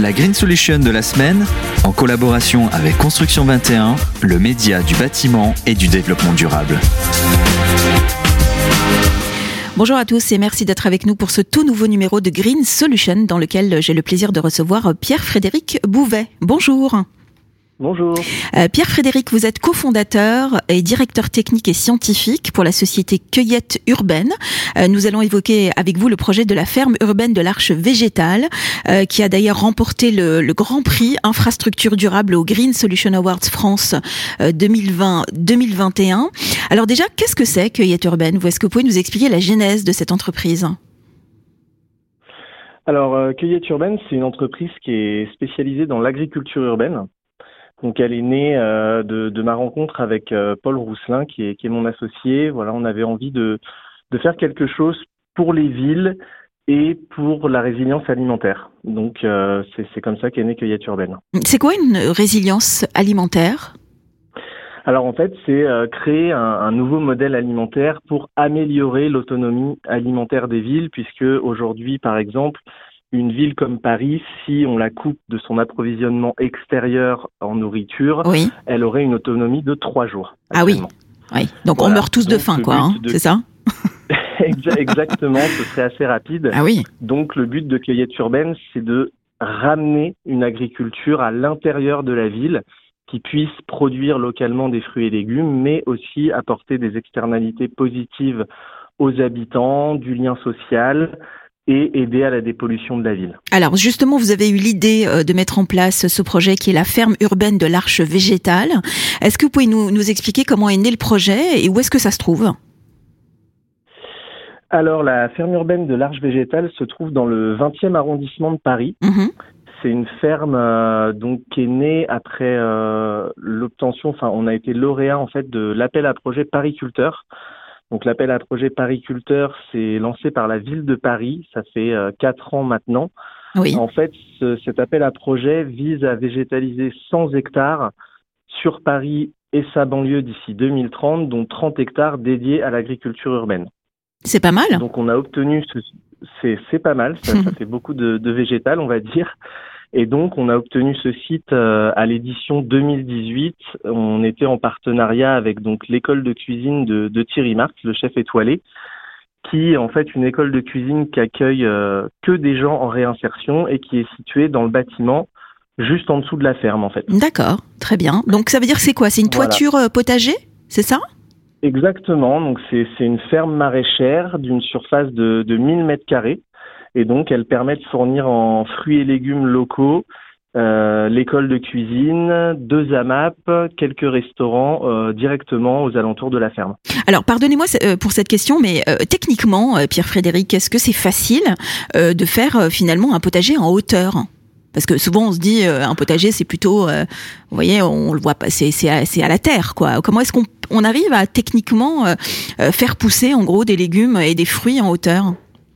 La Green Solution de la semaine, en collaboration avec Construction 21, le média du bâtiment et du développement durable. Bonjour à tous et merci d'être avec nous pour ce tout nouveau numéro de Green Solution dans lequel j'ai le plaisir de recevoir Pierre-Frédéric Bouvet. Bonjour. Bonjour. Pierre-Frédéric, vous êtes cofondateur et directeur technique et scientifique pour la société Cueillette Urbaine. Nous allons évoquer avec vous le projet de la ferme urbaine de l'Arche Végétale, qui a d'ailleurs remporté le grand prix infrastructure durable au Green Solution Awards France 2020-2021. Alors déjà, qu'est-ce que c'est Cueillette Urbaine ? Est-ce que vous pouvez nous expliquer la genèse de cette entreprise ? Alors, Cueillette Urbaine, c'est une entreprise qui est spécialisée dans l'agriculture urbaine. Donc, elle est née de ma rencontre avec Paul Rousselin, qui est mon associé. Voilà, on avait envie de faire quelque chose pour les villes et pour la résilience alimentaire. Donc, c'est comme ça qu'est née Cueillette Urbaine. C'est quoi une résilience alimentaire ? Alors, en fait, c'est créer un nouveau modèle alimentaire pour améliorer l'autonomie alimentaire des villes, puisque aujourd'hui, par exemple, une ville comme Paris, si on la coupe de son approvisionnement extérieur en nourriture, oui. Elle aurait une autonomie de 3 jours. Ah oui. Oui. Donc voilà. On meurt tous de faim, quoi, c'est ça ? Exactement, ce serait assez rapide. Ah oui. Donc le but de Cueillette Urbaine, c'est de ramener une agriculture à l'intérieur de la ville qui puisse produire localement des fruits et légumes, mais aussi apporter des externalités positives aux habitants, du lien social, et aider à la dépollution de la ville. Alors justement, vous avez eu l'idée de mettre en place ce projet qui est la ferme urbaine de l'Arche Végétale. Est-ce que vous pouvez nous expliquer comment est né le projet et où est-ce que ça se trouve ? Alors la ferme urbaine de l'Arche Végétale se trouve dans le 20e arrondissement de Paris. Mmh. C'est une ferme donc qui est née après l'obtention, enfin on a été lauréat en fait de l'appel à projet Pariculteur. Donc l'appel à projet Pariculteur, c'est lancé par la ville de Paris, ça fait 4 ans maintenant. Oui. En fait, cet appel à projet vise à végétaliser 100 hectares sur Paris et sa banlieue d'ici 2030, dont 30 hectares dédiés à l'agriculture urbaine. C'est pas mal. Donc on a obtenu, c'est pas mal, ça fait beaucoup de végétal, on va dire. Et donc, on a obtenu ce site à l'édition 2018. On était en partenariat avec donc l'école de cuisine de Thierry Marx, le chef étoilé, qui est en fait une école de cuisine qui accueille que des gens en réinsertion et qui est située dans le bâtiment juste en dessous de la ferme, en fait. D'accord, très bien. Donc, ça veut dire que c'est quoi ? C'est une toiture potager, c'est ça ? Exactement. Donc, c'est une ferme maraîchère d'une surface de 1000 mètres carrés. Et donc, elle permet de fournir en fruits et légumes locaux, l'école de cuisine, 2 AMAP, quelques restaurants directement aux alentours de la ferme. Alors, pardonnez-moi pour cette question, mais techniquement, Pierre-Frédéric, est-ce que c'est facile de faire finalement un potager en hauteur ? Parce que souvent, on se dit un potager, c'est plutôt, vous voyez, on le voit pas, c'est à la terre, quoi. Comment est-ce qu'on arrive à techniquement faire pousser, en gros, des légumes et des fruits en hauteur ?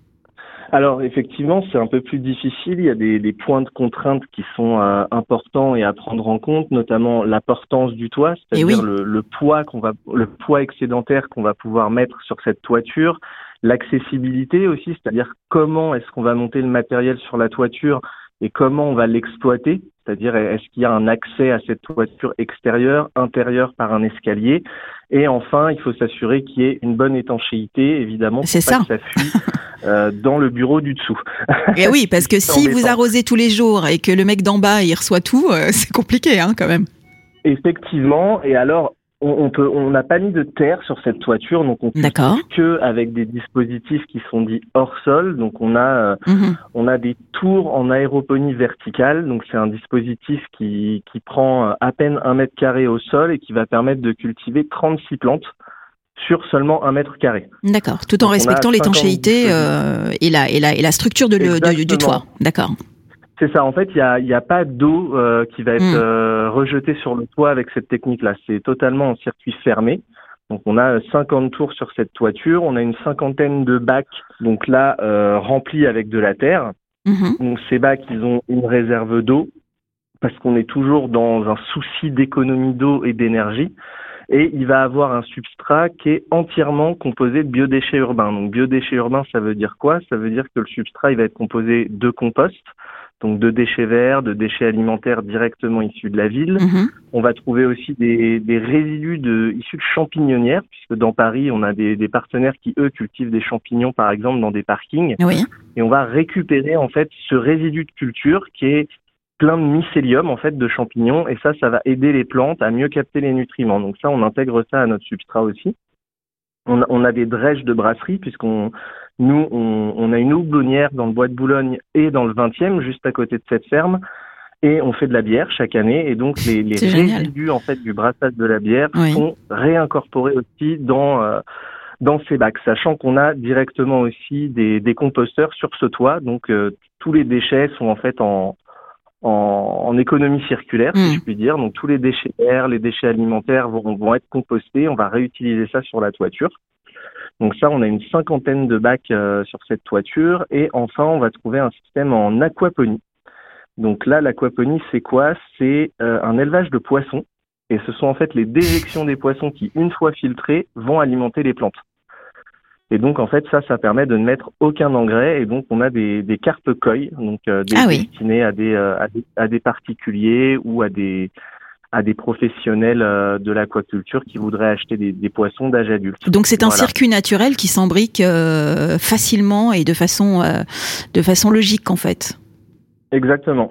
Alors effectivement, c'est un peu plus difficile. Il y a des points de contrainte qui sont importants et à prendre en compte, notamment la portance du toit, c'est-à-dire le poids excédentaire qu'on va pouvoir mettre sur cette toiture, l'accessibilité aussi, c'est-à-dire comment est-ce qu'on va monter le matériel sur la toiture et comment on va l'exploiter, c'est-à-dire est-ce qu'il y a un accès à cette toiture extérieure, intérieure par un escalier. Et enfin, il faut s'assurer qu'il y ait une bonne étanchéité, évidemment, pour pas que ça fuit dans le bureau du dessous. Et oui, parce que si vous arrosez tous les jours et que le mec d'en bas, il reçoit tout, c'est compliqué, hein, quand même. Effectivement. Et alors, on n'a pas mis de terre sur cette toiture, donc on ne peut que avec des dispositifs qui sont dits hors sol. Donc on a des tours en aéroponie verticale. Donc c'est un dispositif qui prend à peine 1 mètre carré au sol et qui va permettre de cultiver 36 plantes sur seulement 1 mètre carré. D'accord, tout en respectant l'étanchéité et la structure du toit. D'accord. C'est ça, en fait, il y a pas d'eau qui va être rejetée sur le toit avec cette technique-là. C'est totalement en circuit fermé. Donc on a 50 tours sur cette toiture, on a une 50aine de bacs, donc là remplis avec de la terre. Donc ces bacs, ils ont une réserve d'eau parce qu'on est toujours dans un souci d'économie d'eau et d'énergie. Et il va avoir un substrat qui est entièrement composé de biodéchets urbains. Donc biodéchets urbains, ça veut dire quoi ? Ça veut dire que le substrat, il va être composé de compost, donc de déchets verts, de déchets alimentaires directement issus de la ville. On va trouver aussi des résidus issus de champignonnières, puisque dans Paris, on a des partenaires qui, eux, cultivent des champignons, par exemple, dans des parkings. Oui. Et on va récupérer, en fait, ce résidu de culture qui est plein de mycélium, en fait, de champignons. Et ça va aider les plantes à mieux capter les nutriments. Donc ça, on intègre ça à notre substrat aussi. On a des drèches de brasserie, puisqu'on a une houblonnière dans le bois de Boulogne et dans le 20e, juste à côté de cette ferme. Et on fait de la bière chaque année. Et donc, les résidus, en fait, du brassage de la bière sont réincorporés aussi dans ces bacs, sachant qu'on a directement aussi des composteurs sur ce toit. Donc, tous les déchets sont en fait en économie circulaire, si je puis dire. Donc, tous les déchets verts, les déchets alimentaires vont être compostés. On va réutiliser ça sur la toiture. Donc ça, on a une 50aine de bacs sur cette toiture. Et enfin, on va trouver un système en aquaponie. Donc là, l'aquaponie, c'est quoi ? C'est un élevage de poissons. Et ce sont en fait les déjections des poissons qui, une fois filtrées, vont alimenter les plantes. Et donc, en fait, ça permet de ne mettre aucun engrais. Et donc, on a des carpes koi, donc destinés à des particuliers ou à des professionnels de l'aquaculture qui voudraient acheter des poissons d'âge adulte. Donc c'est un circuit naturel qui s'embrique facilement et de façon logique en fait. Exactement.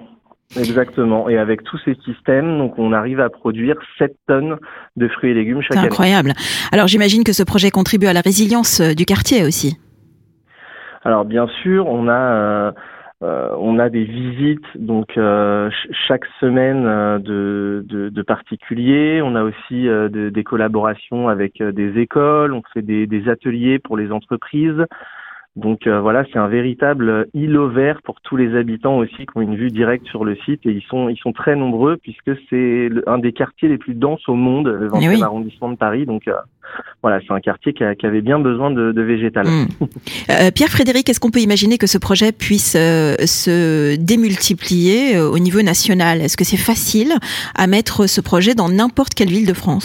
Et avec tous ces systèmes, donc on arrive à produire 7 tonnes de fruits et légumes chaque année. C'est incroyable. Alors j'imagine que ce projet contribue à la résilience du quartier aussi. Alors bien sûr, on a des visites donc chaque semaine de particuliers. On a aussi des collaborations avec des écoles. On fait des ateliers pour les entreprises. Donc voilà, c'est un véritable îlot vert pour tous les habitants aussi qui ont une vue directe sur le site et ils sont très nombreux puisque c'est un des quartiers les plus denses au monde, le 20e arrondissement de Paris. Donc voilà, c'est un quartier qui avait bien besoin de végétal. Pierre-Frédéric, est-ce qu'on peut imaginer que ce projet puisse se démultiplier au niveau national ? Est-ce que c'est facile à mettre ce projet dans n'importe quelle ville de France ?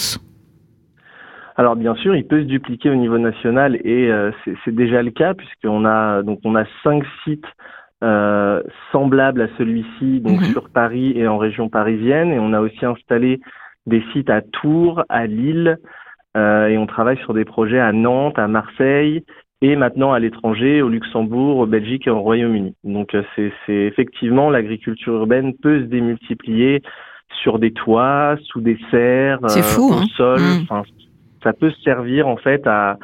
Alors bien sûr, il peut se dupliquer au niveau national et c'est déjà le cas puisqu'on a 5 sites semblables à celui-ci donc sur Paris et en région parisienne et on a aussi installé des sites à Tours, à Lille et on travaille sur des projets à Nantes, à Marseille et maintenant à l'étranger, au Luxembourg, au Belgique et au Royaume-Uni. Donc c'est effectivement l'agriculture urbaine peut se démultiplier sur des toits, sous des serres, au sol. Ça peut servir en fait à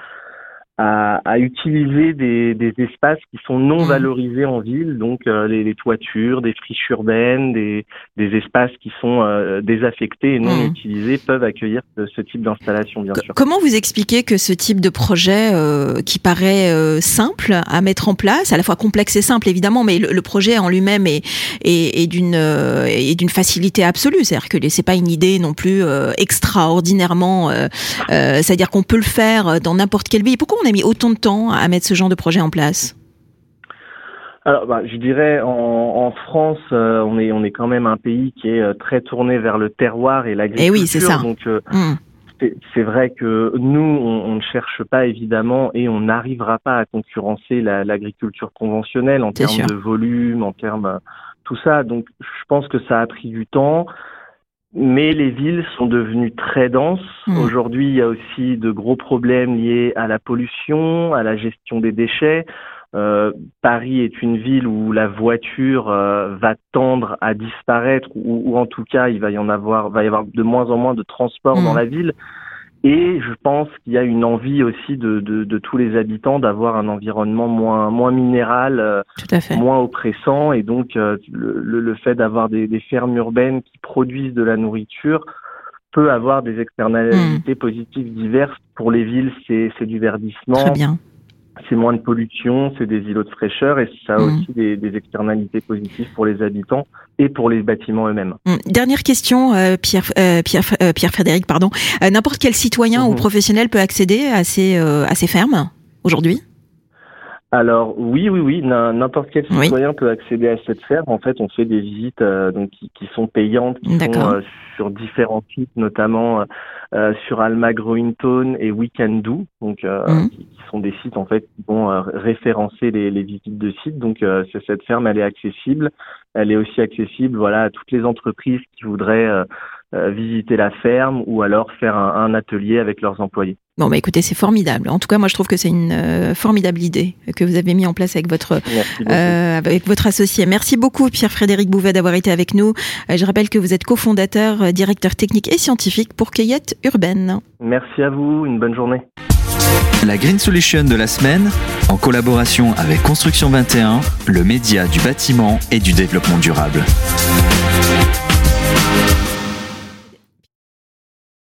utiliser des espaces qui sont non valorisés en ville, donc les toitures, des friches urbaines, des espaces qui sont désaffectés et non utilisés peuvent accueillir ce type d'installation, bien sûr. Comment vous expliquez que ce type de projet qui paraît simple à mettre en place, à la fois complexe et simple évidemment, mais le projet en lui-même est d'une facilité absolue, c'est-à-dire que c'est pas une idée non plus extraordinairement, c'est-à-dire qu'on peut le faire dans n'importe quelle ville. Pourquoi on a mis autant de temps à mettre ce genre de projet en place ? Alors, je dirais en France, on est quand même un pays qui est très tourné vers le terroir et l'agriculture. Et oui, c'est ça. Donc, c'est vrai que nous, on ne cherche pas évidemment et on n'arrivera pas à concurrencer l'agriculture conventionnelle en termes de volume, en termes tout ça. Donc, je pense que ça a pris du temps. Mais les villes sont devenues très denses. Aujourd'hui, il y a aussi de gros problèmes liés à la pollution, à la gestion des déchets. Paris est une ville où la voiture va tendre à disparaître, ou en tout cas, va y avoir de moins en moins de transport dans la ville. Et je pense qu'il y a une envie aussi de tous les habitants d'avoir un environnement moins minéral, moins oppressant. Et donc, le fait d'avoir des fermes urbaines qui produisent de la nourriture peut avoir des externalités positives diverses. Pour les villes, c'est du verdissement. Très bien. C'est moins de pollution, c'est des îlots de fraîcheur et ça a aussi des externalités positives pour les habitants et pour les bâtiments eux-mêmes. Dernière question, Pierre-Frédéric, pardon. N'importe quel citoyen ou professionnel peut accéder à ces fermes aujourd'hui ? Alors oui, n'importe quel citoyen peut accéder à cette ferme. En fait, on fait des visites donc qui sont payantes, qui sont sur différents sites, notamment sur Almagro in Town et We Can Do, donc qui sont des sites en fait qui vont référencer les visites de sites. Donc cette ferme, elle est accessible. Elle est aussi accessible, voilà, à toutes les entreprises qui voudraient visiter la ferme ou alors faire un atelier avec leurs employés. Bon, bah écoutez, c'est formidable. En tout cas, moi, je trouve que c'est une formidable idée que vous avez mis en place avec votre associé. Merci beaucoup, Pierre-Frédéric Bouvet, d'avoir été avec nous. Je rappelle que vous êtes cofondateur, directeur technique et scientifique pour Cueillette Urbaine. Merci à vous. Une bonne journée. La Green Solution de la semaine, en collaboration avec Construction 21, le média du bâtiment et du développement durable.